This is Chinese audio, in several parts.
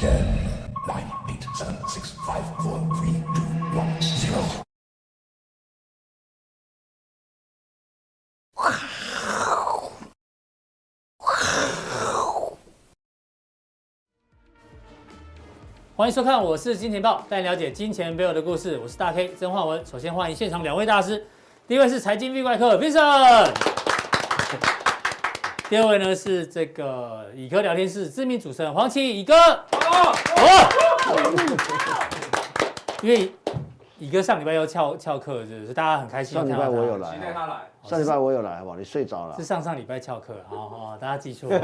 10, 9, 8, 7, 6, 5, 4, 3, 2, 1, 0。 欢迎收看，我是金钱豹，带你了解金钱背后的故事。我是大 K 曾焕文。首先欢迎现场两位大师，第一位是财经 V 怪客 Vincent， 第二位呢是这个以哥聊天室知名主持人黄奇以哥。因为以哥上礼拜又翘课，是大家很开心。 上礼拜我有来， 期待他来。 上礼拜我有来，好不好？你睡着了？ 是上礼拜翘课，好，大家记住。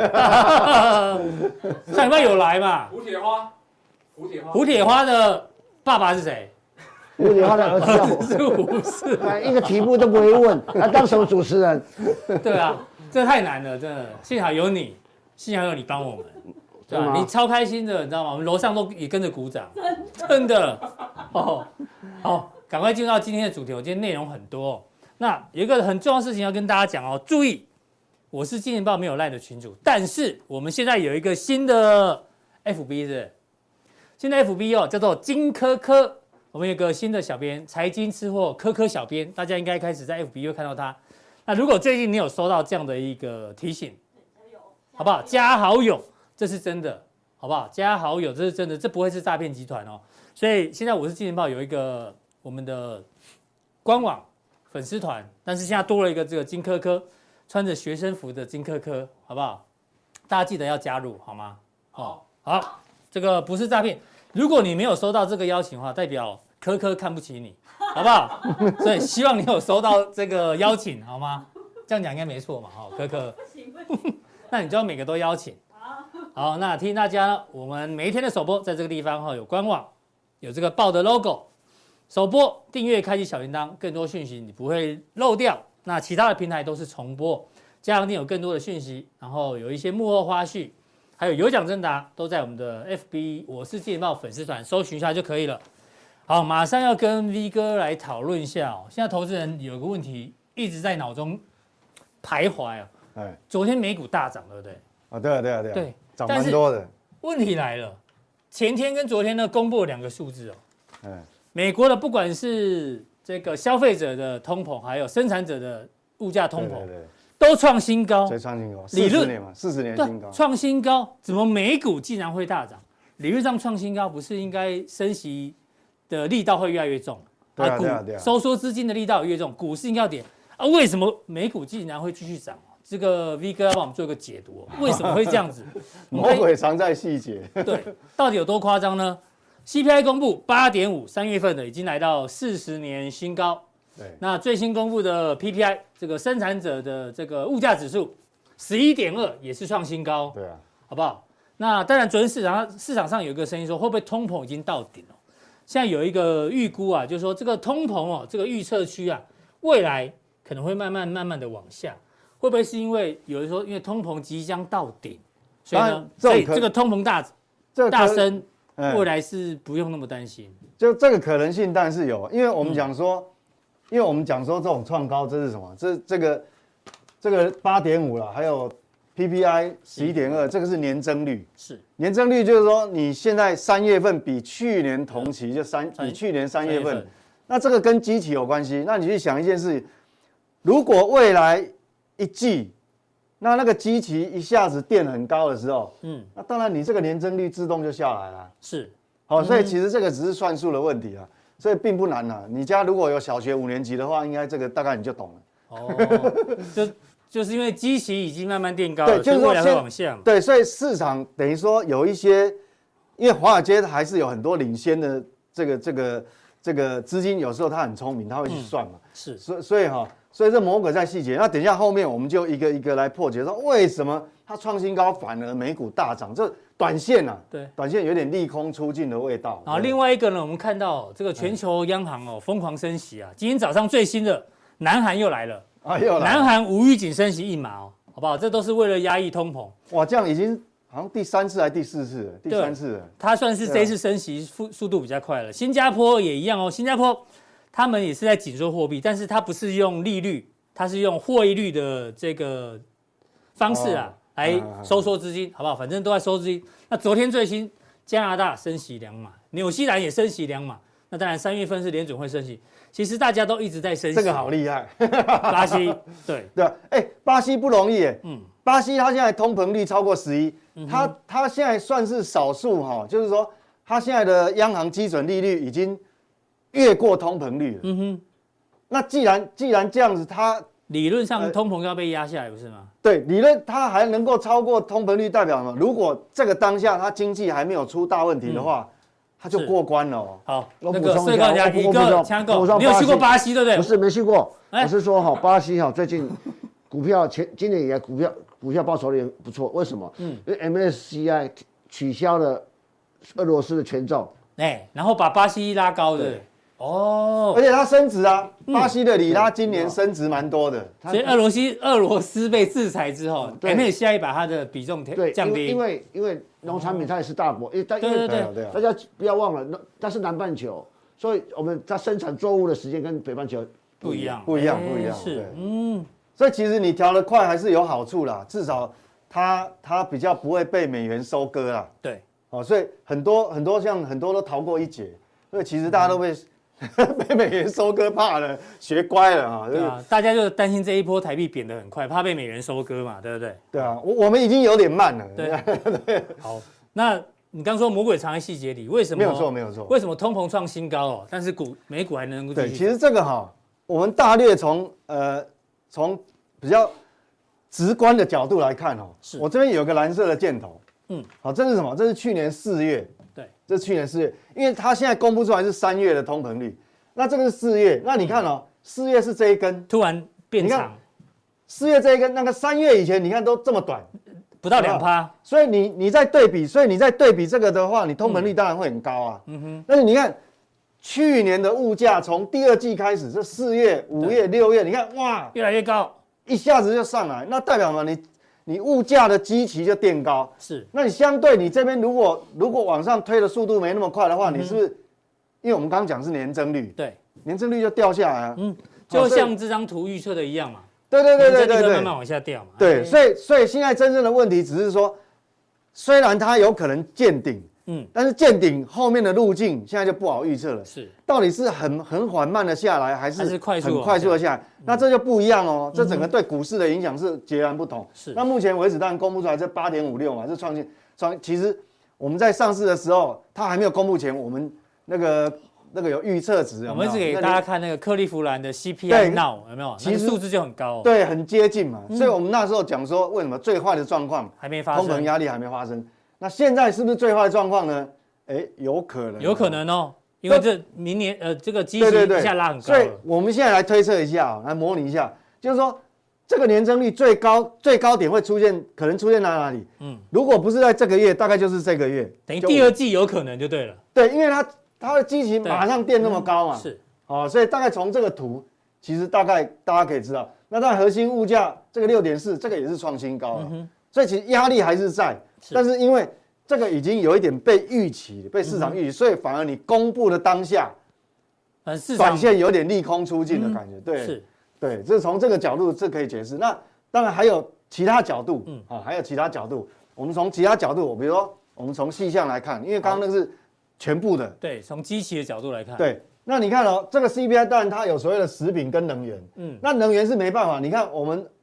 上礼拜有来嘛？胡铁花的爸爸是谁？ 胡铁花的儿子是胡适。 一个题目都不会问，他当什么主持人？ 对啊，这太难了，真的。幸好有你帮我们，对吧？你超开心的，你知道吗？我们楼上都也跟着鼓掌，真的。好，赶快进入到今天的主题。我今天内容很多哦。那有一个很重要的事情要跟大家讲哦，注意，我是金钱豹没有赖的群主，但是我们现在有一个新的 FB 是。现在 FB 哦叫做金科科，我们有个新的小编财经吃货科科小编，大家应该开始在 FB 会看到他。那如果最近你有收到这样的一个提醒，好不好？加好友，这是真的，好不好？加好友，这是真的，这不会是诈骗集团哦。所以现在我是金钱豹有一个我们的官网粉丝团，但是现在多了一个这个金科科，穿着学生服的金科科，好不好？大家记得要加入好吗？好，这个不是诈骗。如果你没有收到这个邀请的话，代表科科看不起你，好不好？所以希望你有收到这个邀请，好吗？这样讲应该没错嘛，科科。那你就要每个都邀请。好，那提醒大家，我们每一天的首播在这个地方有官网，有这个豹的 logo， 首播订阅开启小铃铛，更多讯息你不会漏掉。那其他的平台都是重播，加强店有更多的讯息，然后有一些幕后花絮。还有奖征答都在我们的 FB 我是金钱豹粉丝团搜寻一下就可以了。好，马上要跟 V 哥来讨论一下哦。现在投资人有个问题一直在脑中徘徊哦。昨天美股大涨，对不对？ 对，涨蛮多的。 问题来了，前天跟昨天呢公布了2个数字哦。美国的不管是这个消费者的通膨，还有生产者的物价通膨。都创新高， 创新高，40年嘛，40年新高， 创新高，怎么美股竟然会大涨？理论上创新高，不是应该升息的力道会越来越重？ 对啊， 收缩资金的力道越重，股市应该要跌啊？为什么美股竟然会继续涨？这个 V 哥要帮我们做一个解读，为什么会这样子？ 魔鬼藏在细节。 对，到底有多夸张呢 ？CPI 公布8.5，3月份的已经来到40年新高。那最新公布的 PPI 这个生产者的这个物价指数11.2也是创新高， 对啊， 好不好？那当然，昨天市场上有一个声音说，会不会通膨已经到顶了？现在有一个预估啊，就是说这个通膨哦，这个预测区啊，未来可能会慢慢的往下，会不会是因为有人说，因为通膨即将到顶，所以呢，所以这个通膨大升，未来是不用那么担心。 就这个可能性当然是有，因为我们讲说。这种创高，这是什么？这个8.5了，还有 PPI 11.2，这个是年增率。 是年增率，就是说你现在3月份比去年同期比去年3月份，那这个跟基期有关系。那你去想一件事，如果未来一季，那个基期一下子垫很高的时候，那当然你这个年增率自动就下来了。 是， 好，所以其实这个只是算术的问题啊。所以并不难啊，你家如果有小学5年级的话，应该这个大概你就懂了。 就是因为基期已经慢慢垫高了，所以未来会往下。 对，所以市场等于说有一些，因为华尔街还是有很多领先的这个资金，有时候他很聪明，他会去算嘛。 是， 所以这魔鬼在细节。那等一下后面我们就一个一个来破解，说为什么它创新高反而美股大涨？这短线啊， 对， 短线有点利空出尽的味道。 然后另外一个呢，我们看到这个全球央行疯狂升息啊，今天早上最新的南韩又来了南韩无预警升息1码好不好？这都是为了压抑通膨。 哇，这样已经好像第3次还是第4次了，第3次了。 它算是这一次升息速度比较快了。新加坡也一样新加坡他们也是在紧缩货币，但是它不是用利率，它是用汇率的这个方式来收缩资金，好不好？反正都在收资金。那昨天最新加拿大升息2码，纽西兰也升息2码。那当然3月份是联准会升息，其实大家都一直在升息。 这个好厉害， 巴西对对啊，巴西不容易巴西它现在通膨率超过11，它现在算是少数就是说它现在的央行基准利率已经越过通膨率了。那既然这样子，它理论上通膨要被压下来，不是吗？ 对，理论它还能够超过通膨率，代表什么？如果这个当下它经济还没有出大问题的话，它就过关了好， 我那个补充一下， 一个枪狗，你有去过巴西对不对？ 不是没去过，我是说巴西最近股票今年以来股票报酬率不错，为什么？因为 MSCI 取消了俄罗斯的权重， 然后把巴西拉高的。 而且它升值啊，巴西的里拉今年升值蛮多的， 所以俄罗斯被制裁之后，MSCI 把它的比重降低， 因为农产品它也是大国，因为大家不要忘了，它是南半球，所以它生产作物的时间跟北半球不一样， 是，所以其实你调得快还是有好处啦，至少它比较不会被美元收割啦， 对， 所以很多都逃过一劫，所以其实大家都被美元收割怕了，学乖了对啊，大家就担心这一波台币贬得很快，怕被美元收割嘛，对不对？ 对啊，我们已经有点慢了。 对，好，那你刚说魔鬼藏在细节里，为什么？ 没有错。 为什么通膨创新高但是美股还能够继续？ 对，其实这个我们大略从比较直观的角度来看我这边有个蓝色的箭头，好，这是什么？这是去年4月。这是去年4月，因为它现在公布出来是3月的通膨率，那这个是4月，那你看4月是这一根突然变长 ，4月这一根，那个3月以前你看都这么短， 不到2%， 所以你在对比，这个的话，你通膨率当然会很高啊。但是你看去年的物价从第2季开始，这4月、5月、6月，你看哇， 越来越高， 一下子就上来，那代表什么？你物价的基期就垫高， 是。 那你相对你这边如果往上推的速度没那么快的话，你是不是？因为我们刚刚讲是年增率， 对， 年增率就掉下来啊。 就像这张图预测的一样嘛。 对， 慢慢往下掉嘛。 对，所以现在真正的问题只是说，虽然它有可能见顶，但是见顶后面的路径现在就不好预测了。 是， 到底是很缓慢的下来，还是很快速的下来？那这就不一样哦，这整个对股市的影响是截然不同。 是， 那目前为止当然公布出来这8.56嘛，是创新。其实我们在上市的时候，它还没有公布前，我们那个有预测值， 我们是给大家看那个克利夫兰的 CPI Now 有没有？其实数字就很高， 对，很接近嘛。所以我们那时候讲说，为什么最坏的状况还没发生， 通膨压力还没发生？那现在是不是最坏的状况呢？有可能哦。因为这明年这个基期一下拉很高， 所以我们现在来推测一下来模拟一下，就是说这个年增率最高点会可能出现在哪里？如果不是在这个月，大概就是这个月， 等于第2季有可能就对了。 对，因为它的基期马上垫那么高嘛， 是， 所以大概从这个图，其实大概大家可以知道，那在核心物价这个6.4，这个也是创新高了，所以其实压力还是在，但是因为这个已经有一点被预期，被市场预期，所以反而你公布的当下，短线有点利空出尽的感觉。对，这是从这个角度这可以解释。那当然还有其他角度，还有其他角度。我们从其他角度，比如说我们从细项来看，因为刚刚那个是全部的， 对，从基期的角度来看， 对。那你看这个 CPI 当然它有所谓的食品跟能源，那能源是没办法。你看我们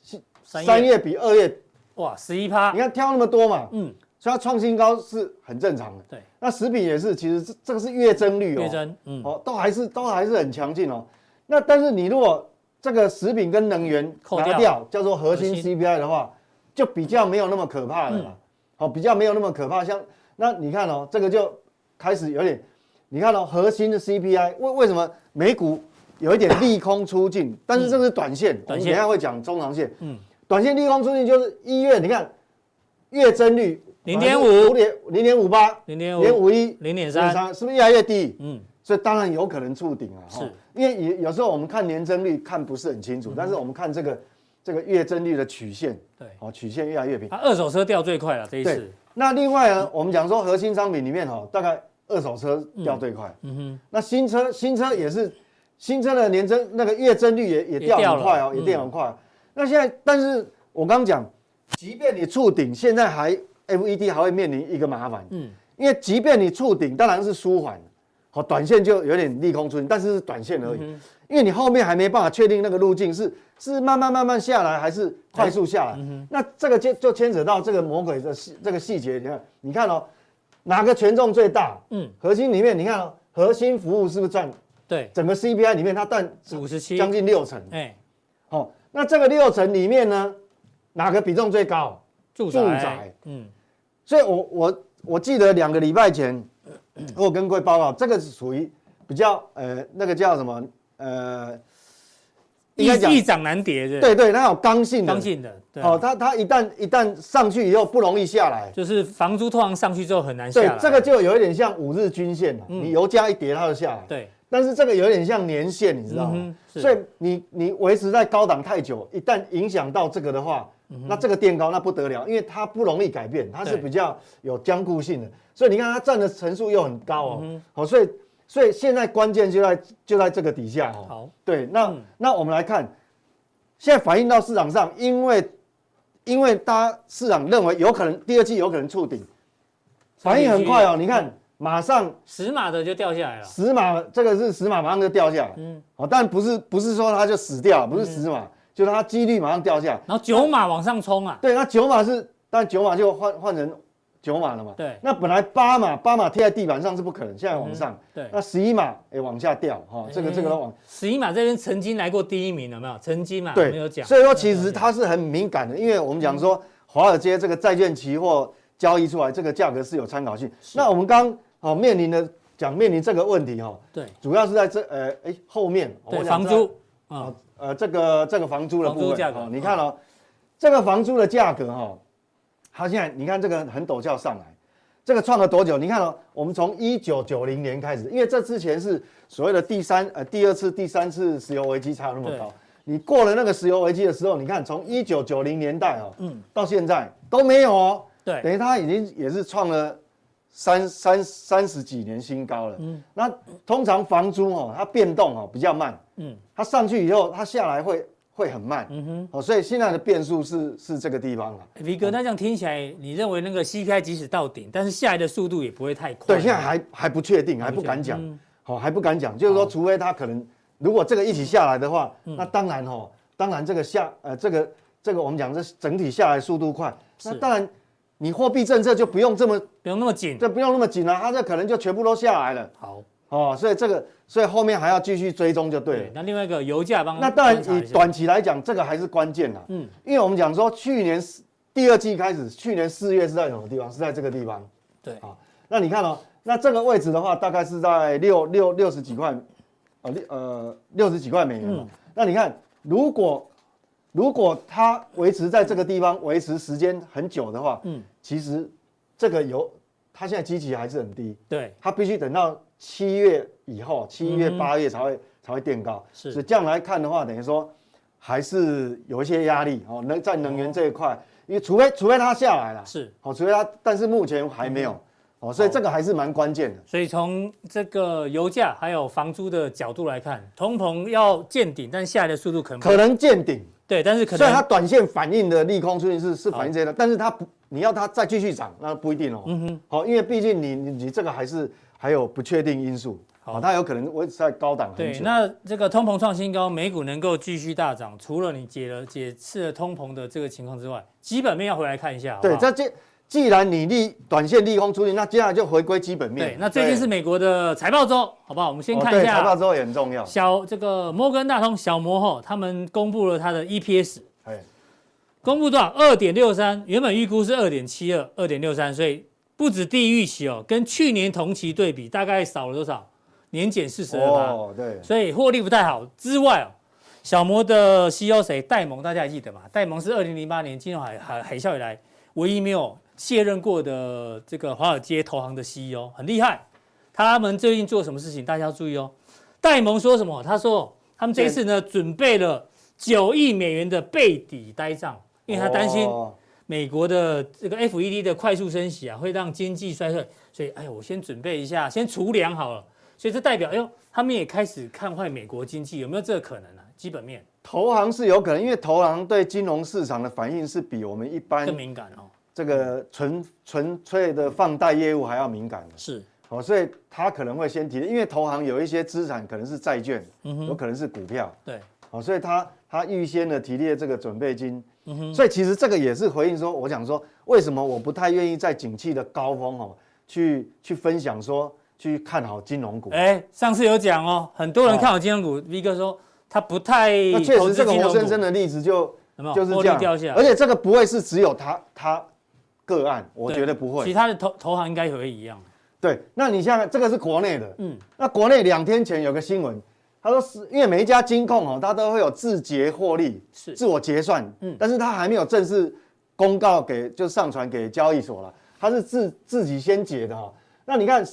3月比2月， 哇，11%， 你看跳那么多嘛，所以它创新高是很正常的。 对， 那食品也是，其实这个是月增率月增， 都还是很强劲哦。那但是你如果这个食品跟能源拿掉，叫做核心 CPI 的话，就比较没有那么可怕了啦。比较没有那么可怕。像那你看这个就开始有点，你看核心的 CPI 为什么美股有一点利空出尽？但是这个是短线，我们等一下会讲中长线。短线利空出尽就是1月，你看月增率。 0.5、 0.58、0.51、 0.3， 是不是越来越低？所以当然有可能触顶啊。是，因为有时候我们看年增率看不是很清楚，但是我们看这个月增率的曲线， 对， 曲线越来越平。 二手车掉最快了这一次。 那另外呢，我们讲说核心商品里面大概二手车掉最快。那新车也是，新车的年增那个月增率也掉很快也掉很快。那现在，但是我刚讲，即便你触顶，现在FED 还会面临一个麻烦， 因为即便你触顶，当然是舒缓，好，短线就有点利空出尽，但是是短线而已，因为你后面还没办法确定那个路径是慢慢下来，还是快速下来，那这个就牵扯到这个魔鬼的这个细节，你看哦，哪个权重最大？核心里面你看哦，核心服务是不是占？ 对， 整个 CPI 里面它占 57， 将近60%，好，那这个60%里面呢，哪个比重最高？ 住宅， 所以我记得2个礼拜前，我跟各位报告，这个是属于比较那个叫什么应该讲易涨难跌， 对，它有刚性的， 对， 哦，它一旦上去以后不容易下来， 就是房租通常上去之后很难下来， 对，这个就有一点像5日均线了，你油价一跌它就下来， 对， 但是这个有点像年线，你知道吗？所以你维持在高档太久，一旦影响到这个的话，那这个垫高那不得了，因为它不容易改变，它是比较有僵固性的，所以你看它占的层数又很高哦，好，所以现在关键就在这个底下哦。 好， 对，那我们来看，现在反映到市场上，因为大家市场认为有可能第2季有可能触顶，反应很快哦，你看。马上 10码的就掉下来了 ，10码这个是10码马上就掉下来，但不是说它就死掉了，不是10码，就是它几率马上掉下来， 然后9码往上冲啊， 对，那9码是，但9码就换成9码了嘛， 对， 那本来8码贴在地板上是不可能，现在往上， 对， 那11码往下掉，这个都往 11码这边曾经来过第1名，有没有？曾经嘛，没有讲， 所以说其实它是很敏感的，因为我们讲说华尔街这个债券期货交易出来这个价格是有参考性，那我们刚面临这个问题对， 主要是在后面， 对，房租这个房租的部分， 价格， 你看这个房租的价格它现在你看这个很陡峭上来，这个创了多久？你看我们从1990年开始，因为这之前是所谓的第2次、第3次石油危机才有那么高，你过了那个石油危机的时候，你看从1990年代到现在都没有哦， 对， 等于它已经也是创了30几年新高了，那通常房租它变动比较慢，它上去以后它下来会很慢，所以现在的变数是这个地方了。 V 哥，那这样听起来，你认为那个 CPI 即使到顶，但是下来的速度也不会太快？ 对，现在还不确定，还不敢讲，还不敢讲，就是说，除非它可能如果这个一起下来的话，那当然这个这个我们讲这整体下来速度快，那当然。你货币政策就不用那么紧，这不用那么紧了，它这可能就全部都下来了。 好， 所以后面还要继续追踪就对了。 那另外一个油价那当然以短期来讲，这个还是关键啦。因为我们讲说去年第2季开始，去年4月是在什么地方？是在这个地方。 对那你看那这个位置的话，大概是在60几块，60几块美元嘛。那你看，如果它维持在这个地方维持时间很久的话，其实这个它现在基期还是很低， 对， 它必须等到7月以后，7月8月才会垫高， 是， 所以这样来看的话，等于说还是有一些压力在能源这一块，因为除非它下来了， 是， 除非它，但是目前还没有，所以这个还是蛮关键的。 所以从这个油价还有房租的角度来看，通膨要见顶，但下来的速度可能见顶。 对，但是可能虽然它短线反映的利空出现是反映这些的，但是你要它再继续涨，那不一定哦。因为毕竟你这个还有不确定因素，它有可能维持在高档很久。 对，那这个通膨创新高，美股能够继续大涨，除了你解释了通膨的这个情况之外，基本面要回来看一下。 对，既然你短线利空出现，那接下来就回归基本面。 对，那最近是美国的财报周，好不好？我们先看一下。 财报周也很重要。 这个摩根大通小摩他们公布了它的 EPS， 公布多少？2.63，原本预估是2.72、2.63，所以不止低于预期跟去年同期对比，大概少了多少？年减42%。 对。 所以获利不太好之外小摩的 CEO 谁？戴蒙，大家还记得吗？戴蒙是2008年金融海啸以来唯一没有卸任过的这个华尔街投行的 CEO， 很厉害。他们最近做什么事情？大家要注意戴蒙说什么？他说他们这一次呢，准备了9亿美元的备抵呆账，因为他担心美国的这个 FED 的快速升息会让经济衰退，所以我先准备一下，先储粮好了。所以这代表他们也开始看坏美国经济，有没有这个可能啊？基本面， 投行是有可能，因为投行对金融市场的反应是比我们一般更敏感这个纯粹的放贷业务还要敏感的。 是， 所以他可能会先提，因为投行有一些资产可能是债券，有可能是股票， 对， 所以他预先的提列这个准备金，所以其实这个也是回应说，我想说为什么我不太愿意在景气的高峰去分享说去看好金融股。 上次有讲哦，很多人看好金融股，V 哥说他不太那确实这个活生生的例子就是这样，而且这个不会是只有他个案，我觉得不会， 其他的投行应该也会一样。 对，那你像这个是国内的，那国内2天前有个新闻，他说是因为每一家金控它都会有自结获利， 是自我结算，但是他还没有正式公告就上传给交易所了，他是自己先结的那你看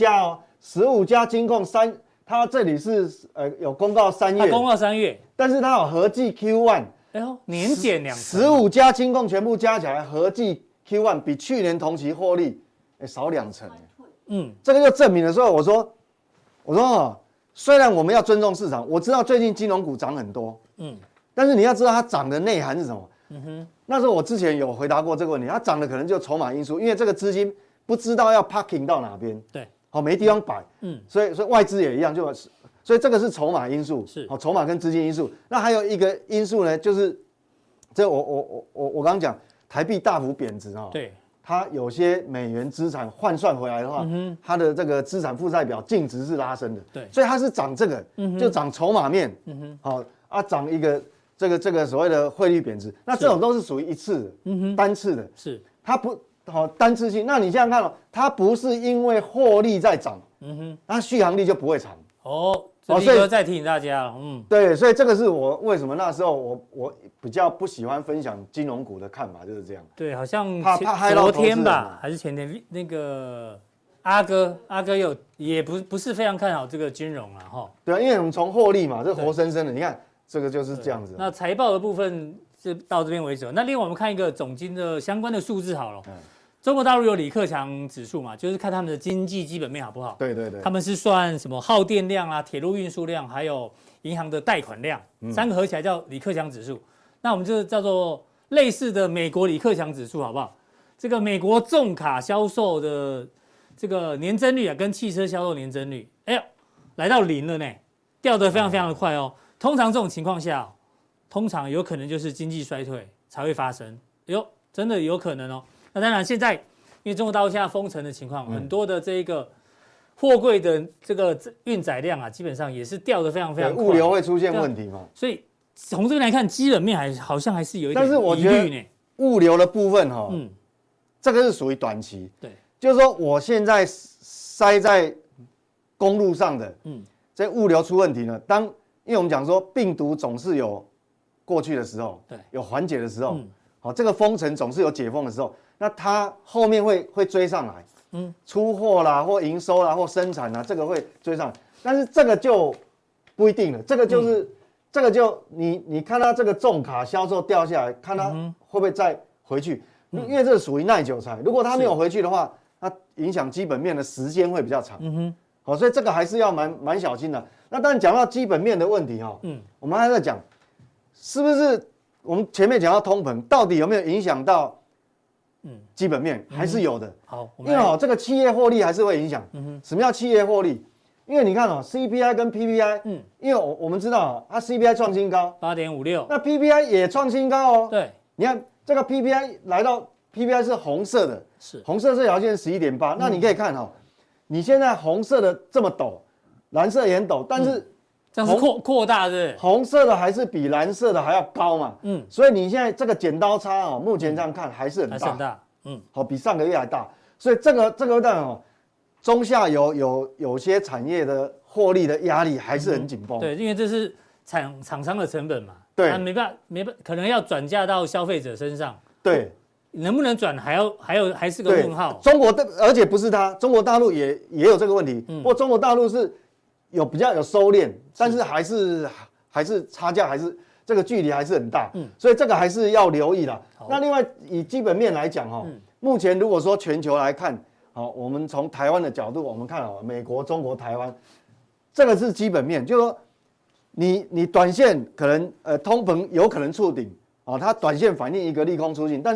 15家金控他这里是有公告3月， 他公告3月， 但是他有合计 Q1， 年减 2%，15家金控全部加起来合计 Q1 比去年同期获利少2成。这个就证明了说，我说虽然我们要尊重市场，我知道最近金融股涨很多，但是你要知道它涨的内涵是什么。那时候我之前有回答过这个问题，它涨的可能就筹码因素，因为这个资金不知道要 parking 到哪边， 对， 没地方摆，所以外资也一样，所以这个是筹码因素， 是筹码跟资金因素。那还有一个因素呢，就是这我刚刚讲台币大幅贬值对。 它有些美元资产换算回来的话，它的这个资产负债表净值是拉升的， 对， 所以它是涨这个，就涨筹码面，涨一个这个所谓的汇率贬值，那这种都是属于一次的，单次的， 是它不单次性。那你想想看它不是因为获利在涨，那续航力就不会长。 所以再提醒大家， 对，所以这个是我为什么那时候我比较不喜欢分享金融股的看法，就是这样。 对，好像怕昨天吧，还是前天，那个阿哥也不是非常看好这个金融对啊，因为我们从获利嘛，这活生生的，你看这个就是这样子。 那财报的部分就到这边为止。那另外我们看一个总经的相关的数字好了。中国大陆有李克强指数嘛，就是看他们的经济基本面好不好。 对， 他们是算什么耗电量啊、铁路运输量，还有银行的贷款量，3个合起来叫李克强指数。那我们就叫做类似的美国李克强指数，好不好？这个美国重卡销售的这个年增率跟汽车销售年增率，来到0了呢，掉得非常非常的快哦。通常这种情况下，通常有可能就是经济衰退才会发生，真的有可能哦。那当然，现在因为中国大陆现在封城的情况，很多的这个货柜的这个运载量基本上也是掉得非常非常快， 物流会出现问题嘛。 所以从这边来看，基本面好像还是有一点疑虑呢。 但是我觉得物流的部分这个是属于短期， 对， 就是说我现在塞在公路上的，这物流出问题呢，因为我们讲说病毒总是有过去的时候， 对， 有缓解的时候。这个封城总是有解封的时候，那它后面会追上来，出货啦，或营收啦，或生产啦，这个会追上来，但是这个就不一定了，这个就你看它这个重卡销售掉下来，看它会不会再回去，因为这属于耐久材，如果它没有回去的话，它影响基本面的时间会比较长，所以这个还是要蛮小心的。那当然讲到基本面的问题我们还在讲是不是？我们前面讲到通膨，到底有没有影响到基本面？还是有的。 好， 因为这个企业获利还是会影响。什么叫企业获利？因为你看CPI 跟 PPI，因为我们知道它 CPI 创新高 8.56， 那 PPI 也创新高对， 你看这个 PPI 来到 PPI 是红色的，红色这条线11.8，那你可以看你现在红色的这么陡，蓝色也很陡，但是这样是扩大的， 红色的还是比蓝色的还要高嘛？所以你现在这个剪刀差目前这样看还是很大，比上个月还大。所以这个当中下游有些产业的获利的压力还是很紧绷。 对，因为这是厂商的成本嘛， 对， 没办法，可能要转嫁到消费者身上。 对， 能不能转还是个问号。 中国的，而且不是中国大陆也有这个问题，不过中国大陆是。比较有收敛，但是还是差价，还是这个距离还是很大，所以这个还是要留意啦。那另外以基本面来讲目前如果说全球来看，我们从台湾的角度，我们看美国、中国、台湾，这个是基本面，就是说你短线可能通膨有可能触顶它短线反映一个利空出尽，但是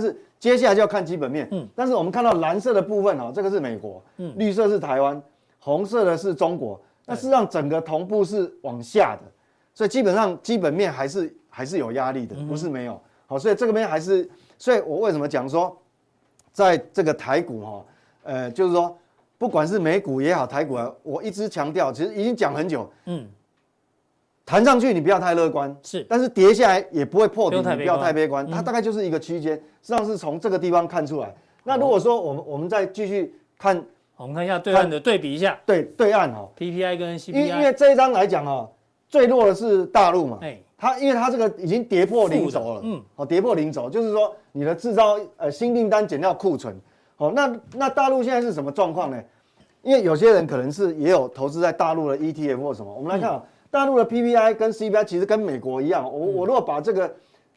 接下来就要看基本面。但是我们看到蓝色的部分这个是美国，绿色是台湾，红色的是中国。那事实上整个同步是往下的，所以基本上基本面还是有压力的，不是没有。好，所以这个边还是，所以我为什么讲说，在这个台股就是说，不管是美股也好，台股我一直强调，其实已经讲很久，弹上去你不要太乐观， 是， 但是跌下来也不会破底，你不要太悲观，它大概就是一个区间，实际上是从这个地方看出来。那如果说我们再继续看， 我们看一下对岸的对比一下， 对岸 PPI 跟 CPI， 因为这一张来讲最弱的是大陆嘛，因为它这个已经跌破零轴了，跌破零轴，就是说你的制造新订单减掉库存，那大陆现在是什么状况呢？因为有些人可能是也有投资在大陆的 ETF 或什么，我们来看大陆的 PPI 跟 CPI 其实跟美国一样，我如果把这个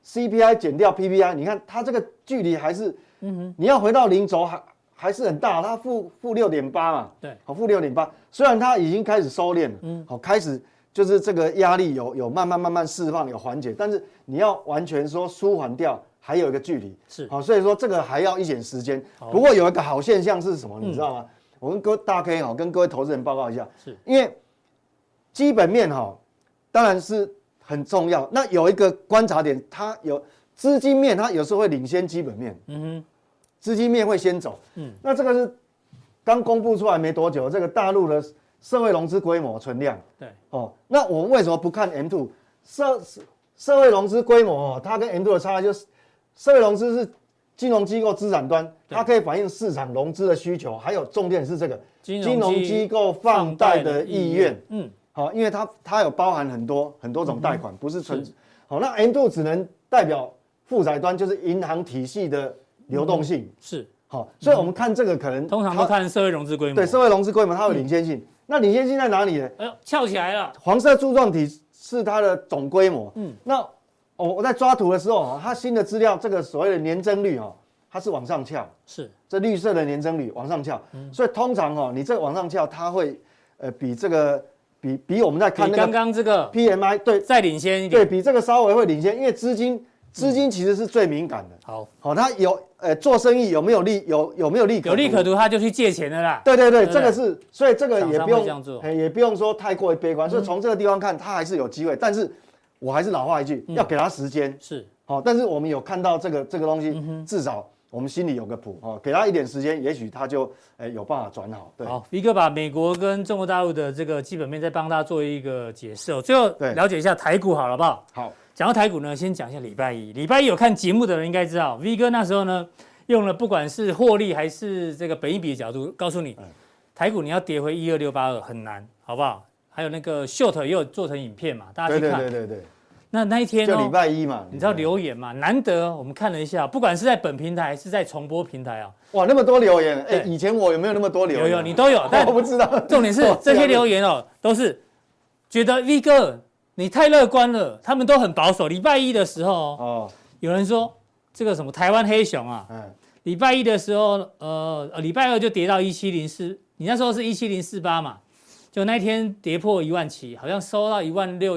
CPI 减掉 PPI， 你看它这个距离还是，你要回到零轴还是很大，它负 6.8 嘛， 对， 负 6.8， 虽然它已经开始收敛了，开始就是这个压力有慢慢释放，有缓解，但是你要完全说舒缓掉，还有一个距离， 是， 所以说这个还要一点时间。不过有一个好现象是什么，你知道吗？我跟大 K 跟各位投资人报告一下， 是因为基本面当然是很重要。那有一个观察点，它有资金面，它有时候会领先基本面。资金面会先走。那这个是刚公布出来没多久，这个大陆的社会融资规模存量。 对。 那我们为什么不看 M2？ 社会融资规模它跟 M2 的差就是，社会融资是金融机构资产端，它可以反映市场融资的需求，还有重点是这个金融机构放贷的意愿。因为它有包含很多种贷款，不是纯。那 M2 只能代表负债端，就是银行体系的流动性。 是。 所以我们看这个可能通常都看社会融资规模。 对，社会融资规模它有领先性。那领先性在哪里呢？ 哎呦，翘起来了。 黄色柱状体是它的总规模。那我在抓图的时候，它新的资料这个所谓的年增率它是往上翘。是。这绿色的年增率往上翘。所以通常你这个往上翘，它会比这个比我们在看那个刚刚这个 PMI 对再领先一点。 对比这个稍微会领先，因为资金其实是最敏感的。好，它有做生意有没有利可图？ 有利可图，他就去借钱的啦。 对，这个是，所以这个也不用说太过于悲观。所以从这个地方看，它还是有机会。但是我还是老话一句，要给它时间。 是。 但是我们有看到这个东西，至少我们心里有个谱。给它一点时间，也许它就有办法转好。对。 好，V哥把美国跟中国大陆的这个基本面再帮大家做一个解释。最后了解一下台股好了，好不好？好。讲到台股呢，先讲一下礼拜一。礼拜一有看节目的人应该知道 ，V 哥那时候呢用了不管是获利还是这个本益比的角度，告诉你，台股你要跌回12682很难，好不好？还有那个 short 也有做成影片嘛，大家去看。对。那一天就礼拜一嘛， 你知道留言嘛？难得我们看了一下，不管是在本平台还是在重播平台哇，那么多留言！以前我有没有那么多留言？ 有，你都有，但我不知道。 重点是这些留言都是觉得 V 哥。你太乐观了，他们都很保守。礼拜一的时候有人说这个什么台湾黑熊啊，礼拜一的时候，礼拜二就跌到17040，你那时候是17048嘛，就那一天跌破17000，好像收到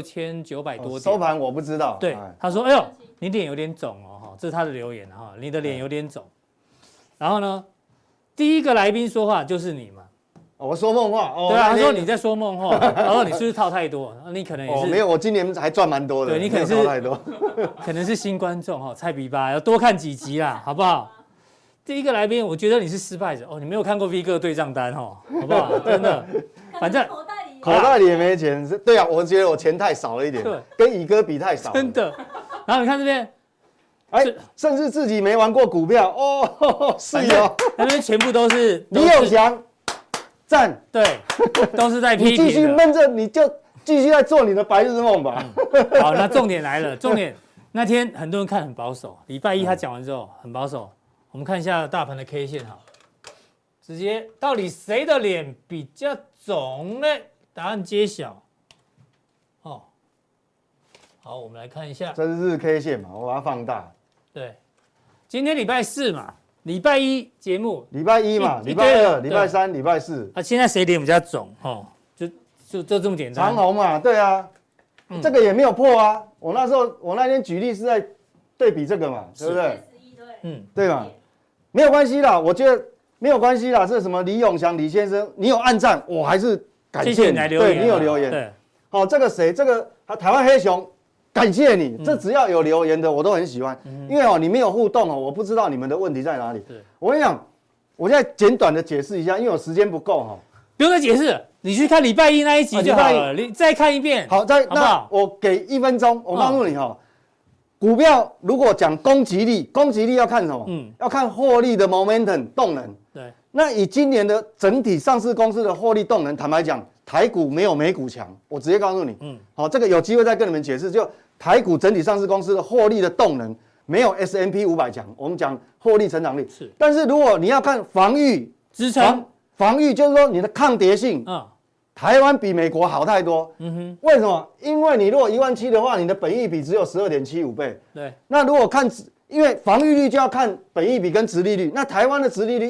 16900多点。 收盘我不知道。 对，他说，哎呦，你脸有点肿这是他的留言你的脸有点肿。然后呢，第一个来宾说话就是你嘛。 我说梦话对啊，他说你在说梦话，然后你是不是套太多？你可能也是没有，我今年还赚蛮多的。 对，你可能是套太多，可能是新观众菜比吧，要多看几集啦，好不好？第一个来宾，我觉得你是失败者你没有看过 V 哥对账单好不好？真的，反正口袋里也没钱。对啊，我觉得我钱太少了一点，对，跟乙哥比太少， 真的。然后你看这边。 甚至自己没玩过股票是那边全部都是李永祥。赞， 对，都是在批评的。 你继续闷着，你就继续在做你的白日梦吧。 好，那重点来了，重点那天很多人看很保守，礼拜一他讲完之后很保守。我们看一下大盘的 K 线直接到底谁的脸比较肿呢？答案揭晓。好，我们来看一下， 这是日 K 线嘛，我把它放大。对， 今天礼拜四嘛。礼拜一节目， 礼拜一嘛，礼拜二、礼拜三、礼拜四。 现在谁脸比较肿？就这么简单。 长虹嘛，对啊，这个也没有破啊。我那天举例是在对比这个嘛，对不对？对嘛。 没有关系啦，我觉得没有关系啦。这什么李永祥李先生，你有按赞，我还是感谢你。 谢谢你来留言， 对你有留言。 对， 好，这个谁？这个台湾黑熊，感谢你。这只要有留言的，我都很喜欢，因为你没有互动我不知道你们的问题在哪里。我跟你讲，我现在简短的解释一下，因为我时间不够不用再解释，你去看礼拜一那一集就好了，你再看一遍。 好， 好不好？ 我给1分钟，我告诉你股票如果讲攻击力，攻击力要看什么？要看获利的 momentum 动能。 对。 那以今年的整体上市公司的获利动能，坦白讲，台股没有美股强。我直接告诉你，好，这个有机会再跟你们解释。就台股整体上市公司的获利的动能，没有 S&P 500强。我们讲获利成长率是， 但是如果你要看防御支撑， 防御就是说你的抗跌性，台湾比美国好太多。为什么？因为你如果17000的话，你的本益比只有12.75倍。 对。 那如果看，因为防御率就要看本益比跟殖利率。那台湾的殖利率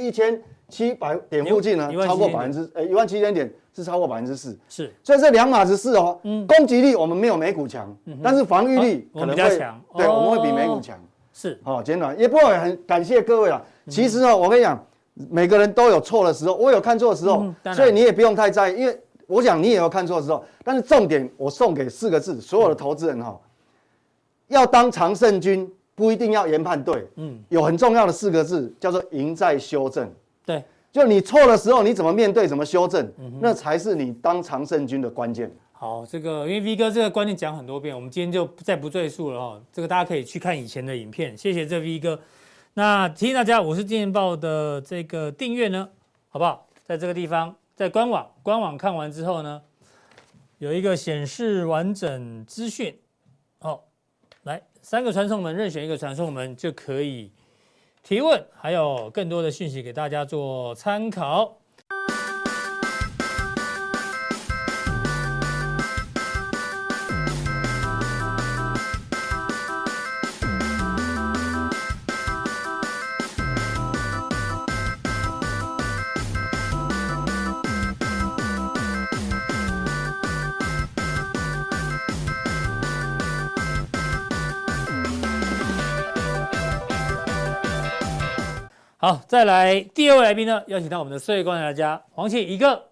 1700点附近呢，超过17000点是超过4%。是。所以这2码子事攻击力我们没有美股强，但是防御力可能会强。对，我们会比美股强。是。简短，也不会很感谢各位啦。其实我跟你讲，每个人都有错的时候，我有看错的时候，所以你也不用太在意，因为我想你也有看错的时候。但是重点我送给4个字，所有的投资人要当常胜军，不一定要研判对。有很重要的4个字，叫做赢在修正。对，就你错的时候，你怎么面对，怎么修正，那才是你当常胜军的关键。好， 这个因为 V 哥这个观念讲很多遍，我们今天就再不赘述了这个大家可以去看以前的影片。谢谢这 V 哥。那提醒大家，我是金钱豹的这个订阅呢，好不好？在这个地方，在官网看完之后呢，有一个显示完整资讯。来3个传送门，任选一个传送门就可以提问，还有更多的讯息给大家做参考。好，再来第2位来宾呢，邀请到我们的社会观察家黄启一个。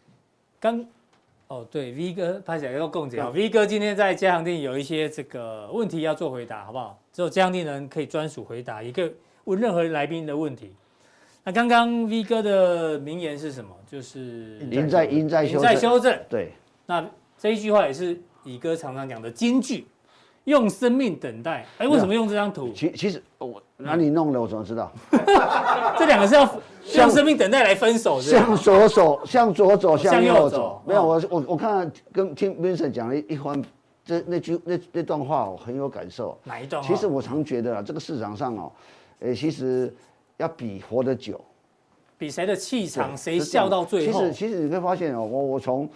对 ，V 哥拍起来要共解。V 哥今天在嘉航店有一些这个问题要做回答，好不好？只有嘉航店人可以专属回答一个问任何来宾的问题。那刚刚 V 哥的名言是什么？就是赢在修正。对。 那这一句话也是乙哥常常讲的金句。用生命等待，为什么用这张图？ 其实我哪里弄的，我怎么知道？ 这2个是要用生命等待来分手， 向左走，向右走。没有，我看跟听 Vincent 讲了一番，那段话我很有感受。 哪一段话？ 其实我常觉得这个市场上其实要比活得久， 比谁的气场，谁笑到最后。 其实你会发现我从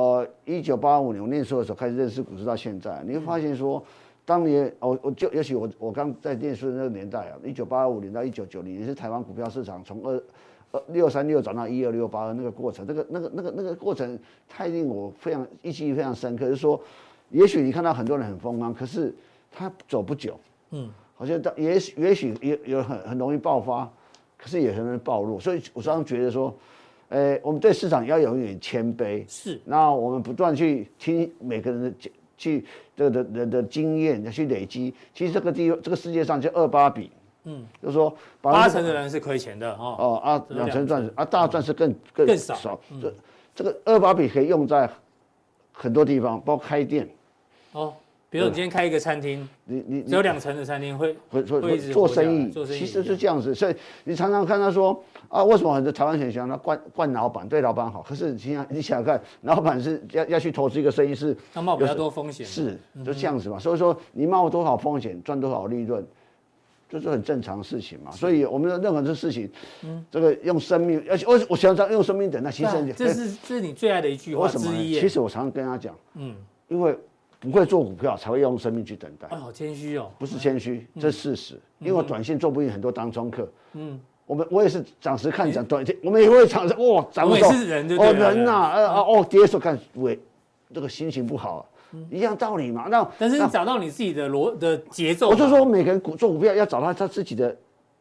1985年我念书的时候开始认识股市到现在，你会发现说，当年尤其我刚在念书的那个年代1985年到1990年是台湾股票市场从636涨到12682那个过程，那个过程太令我记忆非常深刻，就是说，也许你看到很多人很风光，可是他走不久，好像也许也有很容易爆发，可是也很容易暴露，所以我常常觉得说。我们对市场要有一点谦卑，是。那我们不断去听每个人的人的经验，要去累积。其实这个世界上就28比，就是说 80%的人是亏钱的 2成赚大赚是更少。这个28比可以用在很多地方，包括开店。 比如你今天开一个餐厅，你只有2成的餐厅会一直做生意，其实是这样子。所以你常常看到说为什么很多台湾很喜欢惯老板，对老板好？可是你想想看，老板是要去投资一个生意是要冒比较多风险， 是就这样子嘛。所以说你冒多少风险，赚多少利润，这是很正常的事情嘛。所以我们的任何的事情，这个用生命，而且我想用生命等待，其实这是你最爱的一句话之一。 其实我常常跟他讲，因为。不会做股票才会用生命去等待。 好谦虚哦。不是谦虚，这是事实。因为我短线做不赢很多当冲客。我也是涨时看涨，短线我们也会涨涨不动。我也是人，对不对？ 人呐，跌的时候看这个心情不好，一样道理嘛。 但是你找到你自己的节奏。 我就说每个人做股票要找到他自己的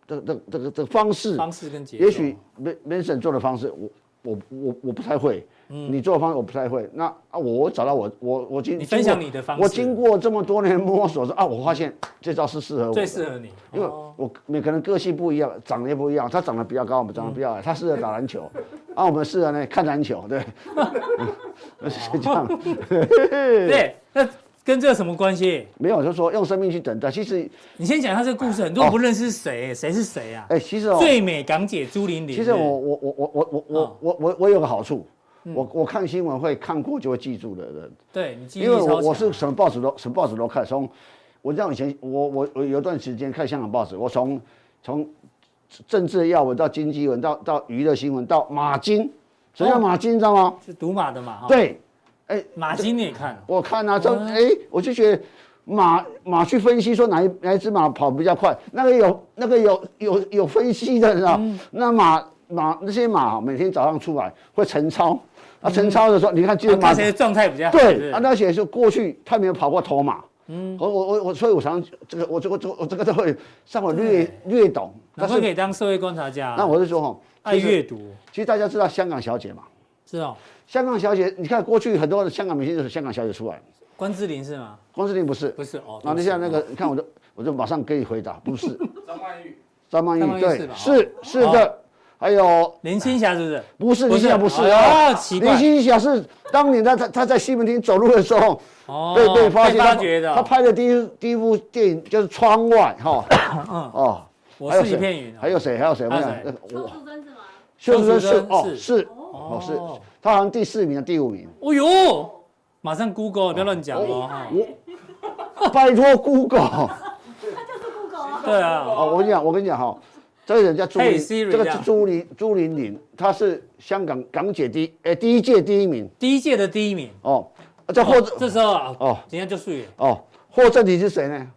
的方式跟节奏， 也许Vincent 做的方式，我不太会，你做的方式我不太会。那我找到我你分享你的方式， 我经过这么多年摸索说我发现这招是适合我的， 最适合你， 因为我每个人个性不一样，长得也不一样，他长得比较高，我们长得比较矮，他适合打篮球，我们适合呢看篮球，对，是这样。 对，那跟这有什么关系？ 没有，就是说用生命去等待。其实你先讲他这个故事，很多人不认识谁是谁啊？ 其实最美港姐朱玲玲。 其实我有个好处，我看新闻会看过就会记住的人。 对，你记忆因为超强。 我是什么报纸都看，我这样以前我有一段时间看香港报纸，我从政治要闻到经济闻到娱乐新闻到马金，什么叫马金，你知道吗？ 是赌马的马。 对。 马金你也看？ 我看啊，我就觉得马去分析说哪一只马跑比较快，那个有分析的，你知道？那那些马每天早上出来会晨操，晨操的时候，你看今天马谁状态比较好？ 对，而且是过去他没有跑过头马，所以我常这个都会稍微略懂。 难怪可以当社会观察家。 那我是说爱阅读。 其实大家知道香港小姐嘛？ 是哦。 香港小姐，你看过去很多的香港明星就是香港小姐出来。 关之琳是吗？ 关之琳不是， 不是哦。 然后你像那个，你看我就马上给你回答，不是。张曼玉对，是的。还有林青霞是不是？ 不是，林青霞不是啊，奇怪。 林青霞是当年他在西门町走路的时候，被发觉的。 他拍的第一部电影就是《窗外》哈。 我是一片云。 还有谁？ 邱淑贞是吗？ 邱淑贞是。他好像第4名、第5名。 哦呦，马上 Google， 不要乱讲哦。 拜托 Google。 他就是 Google 啊。 对啊。 我跟你讲哈，这个人叫朱玲玲，她是香港港姐第一届第一名。 第一届的第一名。 这时候啊，今天就睡了。 霍震霆是谁呢？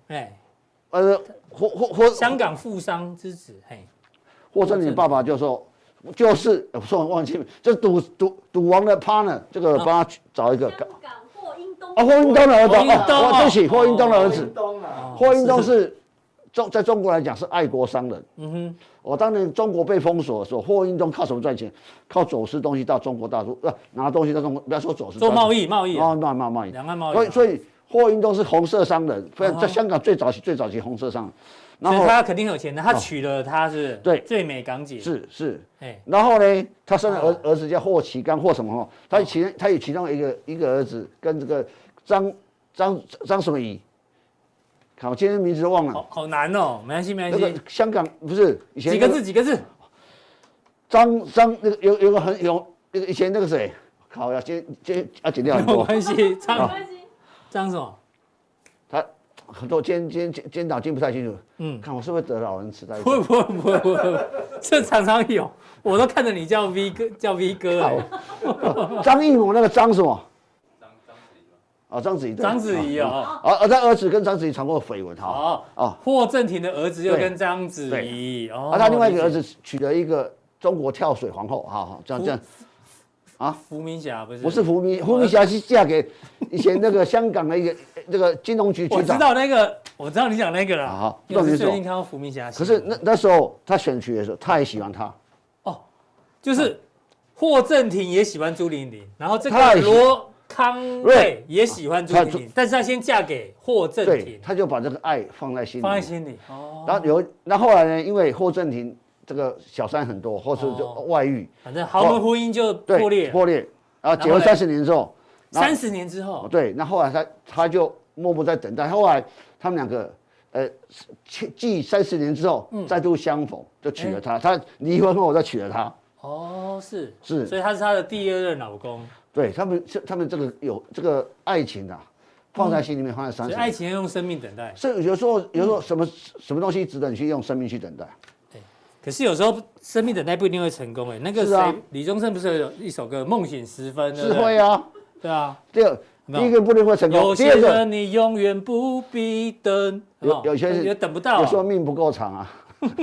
香港富商之子。 霍震霆爸爸就说。就是我忘记了，就是赌王的 partner， 这个帮他找一个。 香港霍英东。 霍英东的儿子。对不起，霍英东的儿子。霍英东是在中国来讲是爱国商人。我当年中国被封锁的时候，霍英东靠什么赚钱？靠走私东西到中国大陆，拿东西到中国，不要说走私。 做贸易。 贸易。 两岸贸易。 所以霍英东是红色商人，在香港最早期红色商人。 所以他肯定很有钱的，他娶了她是对最美港姐是，然后呢，他生了儿子叫霍启刚或什么他有其中一个儿子跟这个张什么仪，看我今天名字都忘了， 好难哦，没关系。 那个香港不是以前几个字？ 张那个有个很有那个以前那个谁，靠要剪掉很多， 没有关系，张什么？ 他。很多今天脑筋不太清楚，看我是不是得老人痴呆？ 不会，这常常有，我都看着你叫 V 哥张艺谋那个张什么？章子怡。 章子怡他儿子跟章子怡传过绯闻霍震霆的儿子又跟章子怡他另外一个儿子娶了一个中国跳水皇后，这样。 伏明霞不是伏明霞是嫁给以前那个香港的一个这个金融局局长。 我知道你讲那个了。最近看到伏明霞。 可是那时候他选举的时候，他也喜欢他。 就是霍震霆也喜欢朱玲玲，然后这个罗康瑞也喜欢朱玲玲，但是他先嫁给霍震霆， 他就把这个爱放在心里。然后后来呢，因为霍震霆。这个小三很多，或是就外遇， 反正豪门婚姻就破裂， 然后结婚30年之后 ，30年之后， 对，那后来他就默默在等待，后来他们两个继30年之后再度相逢，就娶了她，他离婚后再娶了她。 是， 所以他是他的第2任老公。 对他们这个有这个爱情啊，放在心里面，放在30年。 爱情要用生命等待。 是有时候什么东西值得你去用生命去等待。 可是有时候生命等待不一定会成功那个谁，李宗盛不是有一首歌《梦醒时分》？ 是会啊， 对啊。 第一个不一定会成功， 有些人你永远不必等， 有些人也等不到， 有时候命不够长啊。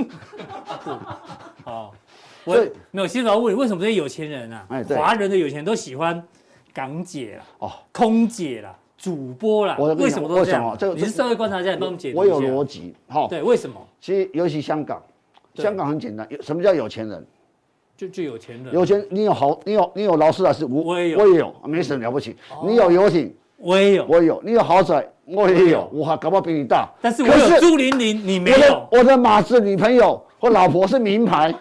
我没有，其实我要问你，为什么这些有钱人啊，华人的有钱人都喜欢港姐啦、空姐啦、主播啦？为什么都这样？你是社会观察家，你帮我们解读一下。 我有逻辑， 对，为什么？ 其实尤其香港。 对香港很简单，什么叫有钱人？ 就有钱人， 有钱，你有劳斯莱斯， 我也有我也有，没什么了不起。你有游艇， 我也有， 我也有，你有豪宅，我也有，我还搞不好比你大。 但是我有朱玲玲，你没有。 我的马子女朋友或老婆是名牌。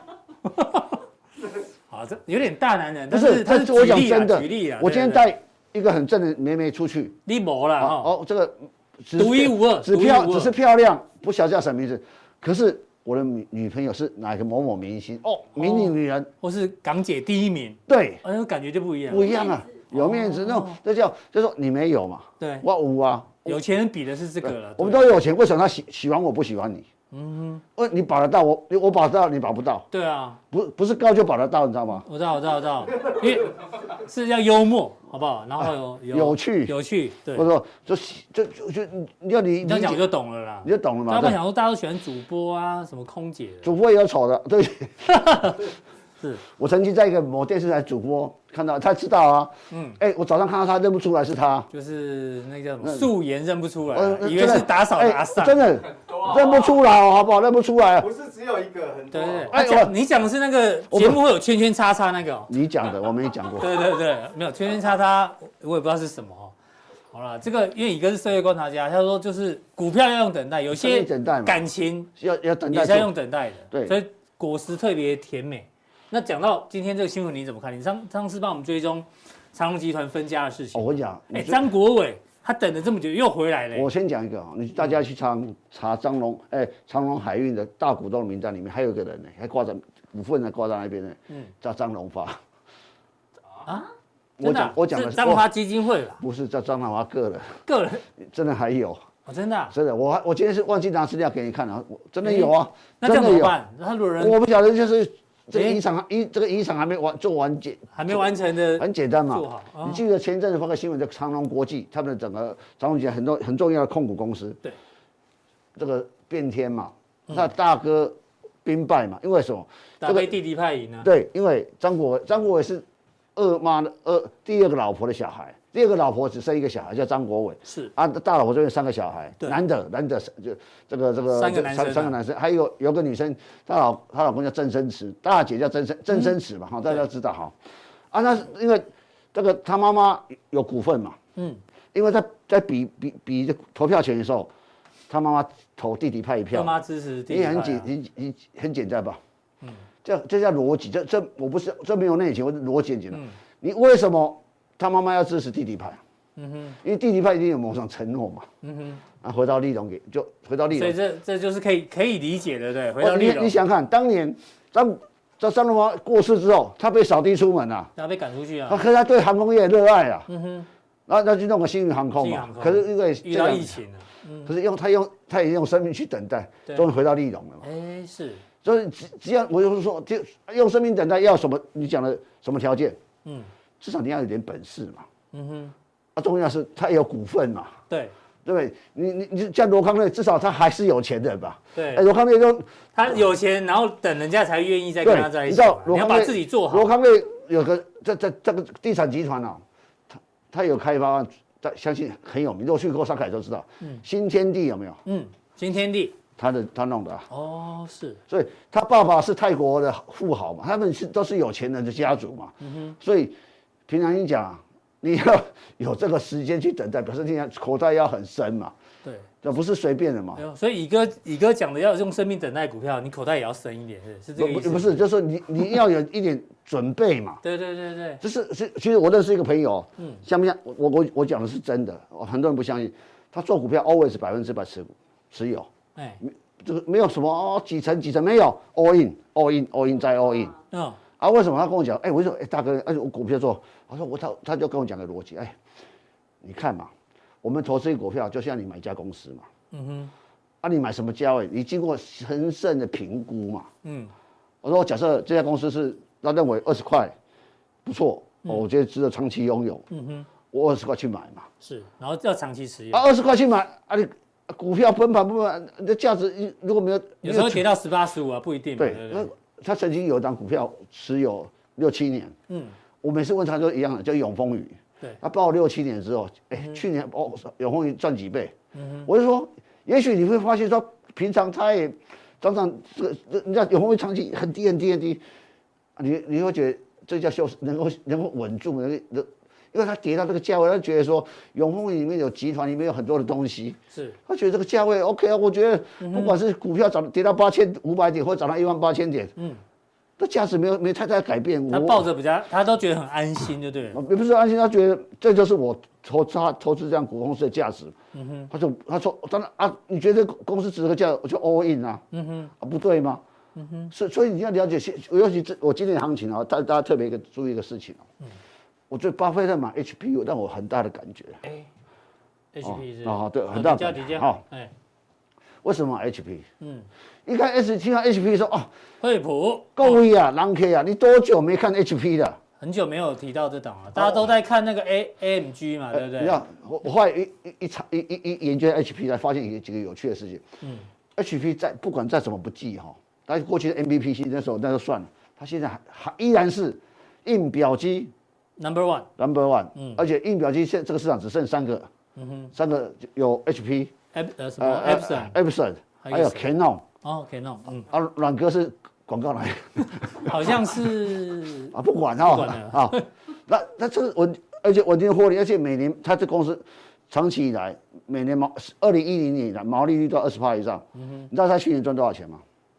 好，这有点大男人， 不但是他是我讲举例真的举例啊。 我今天带一个很正的妹妹出去， 你没了哈， 哦，这个独一无二， 只是漂亮，不晓得叫什么名字。可是我的女朋友是哪个某某明星哦，名女人， 或是港姐第一名， 对， 哎呦，感觉就不一样， 不一样啊，有面子那种，就说你没有嘛， 对， 我有啊， 有钱人比的是这个了。 我们都有钱，为什么他喜欢我不喜欢你？你保得到我保得到，你保不到。 对啊， 不是高就保得到，你知道吗？ 我知道，因为是要幽默，好不好？然后有趣，对。我说就要你这样讲我就懂了啦， 你就懂了嘛。 要不然想说大家都喜欢主播啊，什么空姐， 主播也有丑的，对。 是我曾经在一个某电视台主播看到，他知道啊，我早上看到他认不出来是他， 就是那个叫什么素颜认不出来，以为是打扫打扫， 真的认不出来哦，好不好？认不出来， 不是只有一个，很多。 对，你讲的是那个节目会有圈圈叉叉那个， 你讲的我没讲过， 对，没有圈圈叉叉，我也不知道是什么哦。好了，这个因为乙哥是社会观察家，他说就是股票要用等待，有些感情要等待， 也是要用等待的， 对， 所以果实特别甜美。那讲到今天这个新闻，你怎么看？你上次帮我们追踪长荣集团分家的事情。 我跟你讲， 张国伟他等了这么久又回来了。 我先讲一个啊，大家去查长荣海运的大股东名单里面还有一个人呢，还挂在股份还挂在那边呢，叫张荣发。 啊？ 我讲的是张荣发基金会吧？ 不是叫张荣发个人，真的还有。 真的， 真的，我今天是忘记拿资料给你看了，真的有啊。 那这样怎么办？他有人我不晓得，就是这个遗产还没做完还没完成的， 很简单嘛。 做好。 你记得前一阵子发个新闻，叫长荣国际，他们的整个长荣集团很重要的控股公司。 对。 这个变天嘛，他大哥兵败嘛，因为什么？ 大被弟弟派赢啊。 对，因为张国伟是第二个老婆的小孩。第二个老婆只生一个小孩，叫张国伟。 是啊，大老婆这边3个小孩，男的就这个 3 个男生，还有个女生，她老公叫郑生慈，大姐叫郑生慈嘛，哈，大家知道哈。啊，那因为这个他妈妈有股份嘛，因为在比投票权的时候，他妈妈投弟弟派一票， 妈妈支持弟弟派， 很简单吧？这叫逻辑，我不是这没有内情，我逻辑很简单。你为什么？他妈妈要支持弟弟派，因为弟弟派一定有某种承诺嘛，回到立荣回到立荣， 所以这就是可以理解的，对，回到立荣。 你想看当年张荣发过世之后，他被扫地出门啊， 他被赶出去啊， 可是他对航空业热爱啊，然后就弄个星宇航空嘛，可是因为遇到疫情了， 可是他也用生命去等待，终于回到立荣了嘛， 是， 所以只要我就是说，就用生命等待要什么？你讲的什么条件？至少你要有点本事嘛，重要是他有股份嘛，对不对？你像罗康内，至少他还是有钱人吧？对，罗康内他有钱，然后等人家才愿意再跟他在一起。你要把自己做好。 罗康内有个这个地产集团啊，他有开发案，相信很有名，如果去过上海都知道。新天地有没有？ 新天地。 他弄的是， 所以他爸爸是泰国的富豪嘛，他们都是有钱人的家族嘛，所以平常心讲，你要有这个时间去等待，表示你口袋要很深嘛，对，这不是随便的嘛。 所以乙哥讲的要用生命等待股票，你口袋也要深一点，是这个意思？ 不是，就是说你要有一点准备嘛。 对， 其实我认识一个朋友，像不像我讲的是真的，很多人不相信，他做股票 always100%持有。这个没有什么几成没有 all in 再 all in。为什么他跟我讲？我说大哥，我股票做，他就跟我讲个逻辑，你看嘛，我们投资股票就像你买一家公司嘛，你买什么价位？你经过审慎的评估嘛，我说假设这家公司是他认为20块不错，我觉得值得长期拥有，我20块去买嘛， 是，然后要长期持有 ，20块去买你。股票崩盘，你的价值如果没有， 有时候跌到18、15啊，不一定。对， 他曾经有一张股票持有6、7年，我每次问他都一样的，叫永丰余，对，他报6、7年之后，去年永丰余赚几倍，我就说，也许你会发现说，平常他也常常这个人家永丰长期很低很低很低，你会觉得这叫修能够稳住，因为他跌到这个价位，他觉得说永丰里面有集团里面有很多的东西， 是他觉得这个价位 OK 啊，我觉得不管是股票跌到8500点，或涨到18000点，这价值没有太大改变。 他抱着比较，他都觉得很安心，就对了。 也不是安心，他觉得这就是我投资这样股公司的价值。他说当然啊，你觉得公司值这个价，我就 all in 啊。不对吗？所以你要了解，尤其我今年行情啊，大家特别注意一个事情啊。我觉得巴菲特买 HP 让我很大的感觉。 HP 是对，很大的感觉。好，为什么买 HP？一开始听到 HP 说哦， 惠普各位啊，狼 K 啊，你多久没看 HP 了？ 很久没有提到这档了，大家都在看那个 AMG 嘛，对不对？ 我后来一研究 HP 才发现几个有趣的事情。HP 不管再怎么不济哈，但过去的 MVP 那时候那就算了，它现在还依然是印表机。 Number one， 而且印表机这个市场只剩3个，3个有 HP， 什么 Epson， 还有 Canon。 Canon， 阮哥是广告来， 好像是不管那这个而且稳定获利，而且每年它这公司长期以来每年2010年以来毛利率到20%以上，你知道它去年赚多少钱吗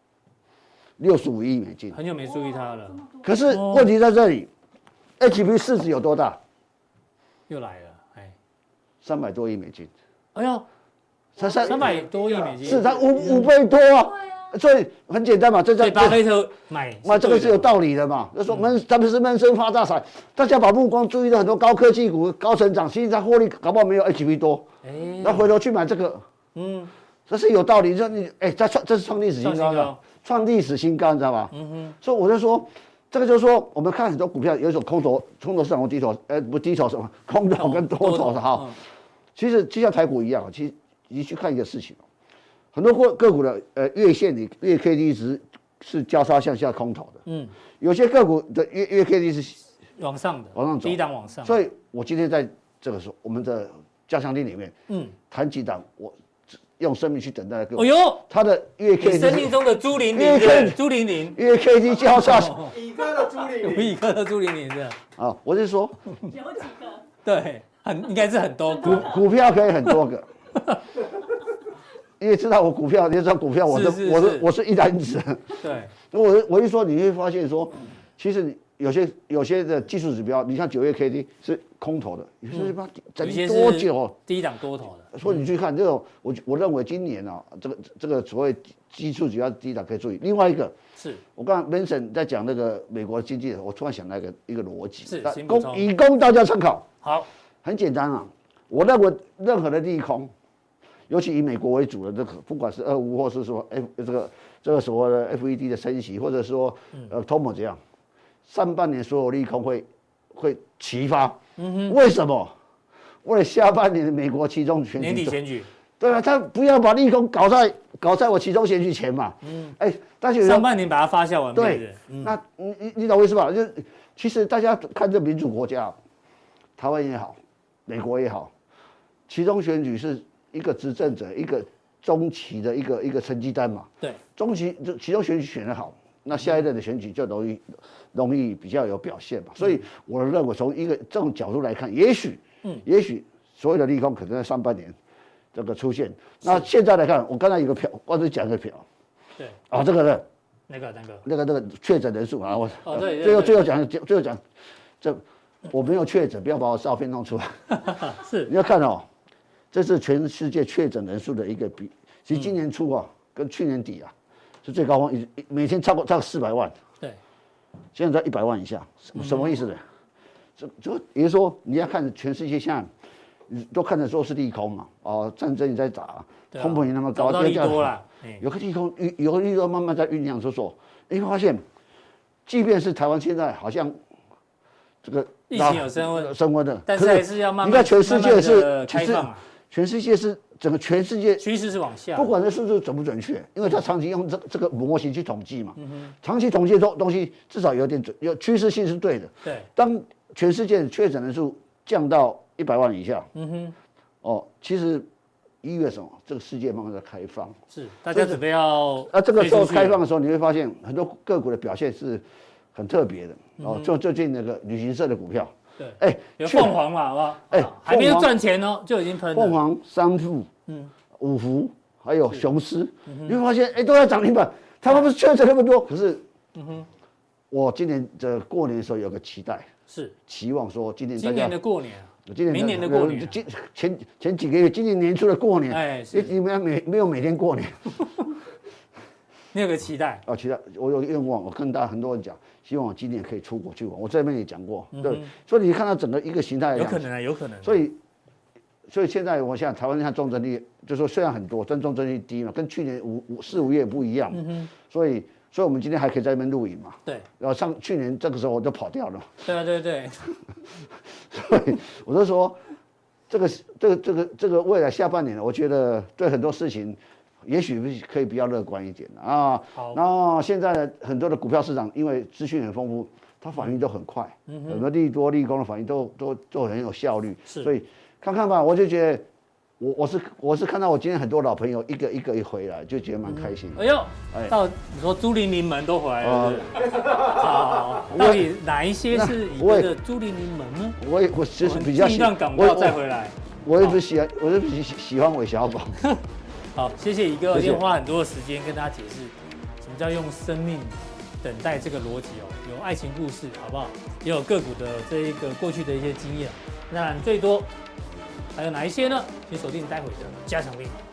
？65亿美金， 很久没注意它了。 可是问题在这里。HP 市值有多大？ 又来了 ，300多亿美金。 哎呦，才300多亿美金， 是它5倍多啊！所以很简单嘛， 所以巴菲特买这个是有道理的嘛。就说他们是闷声发大财，大家把目光注意到很多高科技股、高成长，其实它获利搞不好没有 HP 多。那回头去买这个，这是有道理。说你这是创历史新高的，创历史新高，你知道吗？所以我就说。这个就是说，我们看很多股票有一种空头市场和低头，不低头什么空头跟多头的哈。其实就像台股一样，其实你去看一个事情，很多个股的月线里月 K D 值是交叉向下空头的，有些个股的月 K D 是往上的， 往上走， 低档往上。 所以我今天在这个时候，我们的加强力里面，谈几档我。用生命去等待的个股，他的月 K D， 生命中的朱玲玲，朱玲玲， 月 K D 交叉， 乙哥的朱玲玲， 乙哥的朱玲玲的啊，我是说， 有几个？ 对，应该是很多股票可以很多个，因为知道我股票，你知道股票，我是一篮子， 对， 我一说你会发现说，其实有些的技术指标，你像9月 K D 是空头的，有些地方整理多久？ 低档多头的。 所以你去看这种，我认为今年啊，这个所谓技术指标低档可以注意。另外一个是我刚刚 Vincent 在讲那个美国经济，我突然想到一个逻辑，以供大家参考。 好， 很简单啊，我认为任何的利空，尤其以美国为主的这个，不管是俄乌或是说这个所谓的 FED 的升息，或者说通膨这样。上半年所有利空会齐发，为什么？为了下半年的美国期中选举， 年底选举， 对啊，他不要把利空搞在我期中选举前嘛，但是上半年把它发酵完毕。 对，那你懂我意思吧？就其实大家看这民主国家，台湾也好，美国也好，期中选举是一个执政者一个中期的一个成绩单嘛，对，期中选举选得好。那下一任的选举就容易比较有表现嘛，所以我认为从一个这种角度来看，也许所有的利空可能在上半年这个出现。那现在来看，我刚才有个表，我只讲一个表，对，这个呢，那个确诊人数啊，最后讲，这我没有确诊，不要把我照片弄出来。是，你要看这是全世界确诊人数的一个比，其实今年初跟去年底是最高峰，每天超过400万。对，现在在100万以下，什么意思呢？就也就是说，你要看全世界现在，你都看着说是利空嘛，战争也在打，通膨也那么高， 利多了， 有个利空，有个利多慢慢在酝酿说，你会发现，即便是台湾现在好像这个疫情有升温的，但是还是要慢慢。 你看全世界是开放， 全世界是。整个全世界趋势是往下， 不管这数字准不准确，因为它长期用这个模型去统计嘛，长期统计的东西至少有点准，有趋势性是对的。对，当全世界确诊人数降到100万以下，其实 1月什么，这个世界慢慢在开放。 是，大家准备要这个时候开放的时候，你会发现很多个股的表现是很特别的哦。就最近那个旅行社的股票， 对，有凤凰嘛，好不好？还没有赚钱哦，就已经喷了。 凤凰、三富、五福，还有雄狮，你会发现，都在涨停板，他们不是确诊那么多，可是，我今年的过年的时候有个期待， 是期望说今年的过年。明年的过年， 前几个月，今年年初的过年，你们没有每天过年， 你有个期待期待我有个愿望，我跟很多人讲，希望我今年可以出国去玩。我这边也讲过，对，所以你看到整个一个形态， 有可能啊，有可能。 所以现在我想台湾看重症率，就说虽然很多，但重症率低嘛，跟去年4、5月不一样，所以我们今天还可以在那边录影嘛， 对， 然后去年这个时候我就跑掉了， 对。 所以我就说，这个未来下半年，我觉得对很多事情，也许可以比较乐观一点啊。好，然后现在很多的股票市场，因为资讯很丰富，它反应都很快，很多利多利空的反应都很有效率。所以看看吧，我就觉得。我是看到我今天很多老朋友一个一回来，就觉得蛮开心。 哎呦，到你说朱玲玲们都回来了，好，到底哪一些是你的朱玲玲们呢？ 我其实比较喜欢广告再回来。 我也不喜欢，我是喜欢韦小宝。 好，谢谢乙哥，今天花很多的时间跟大家解释什么叫用生命等待这个逻辑哦，有爱情故事，好不好？也有个股的这一个过去的一些经验，当然最多。还有哪一些呢？请锁定待会的加强力。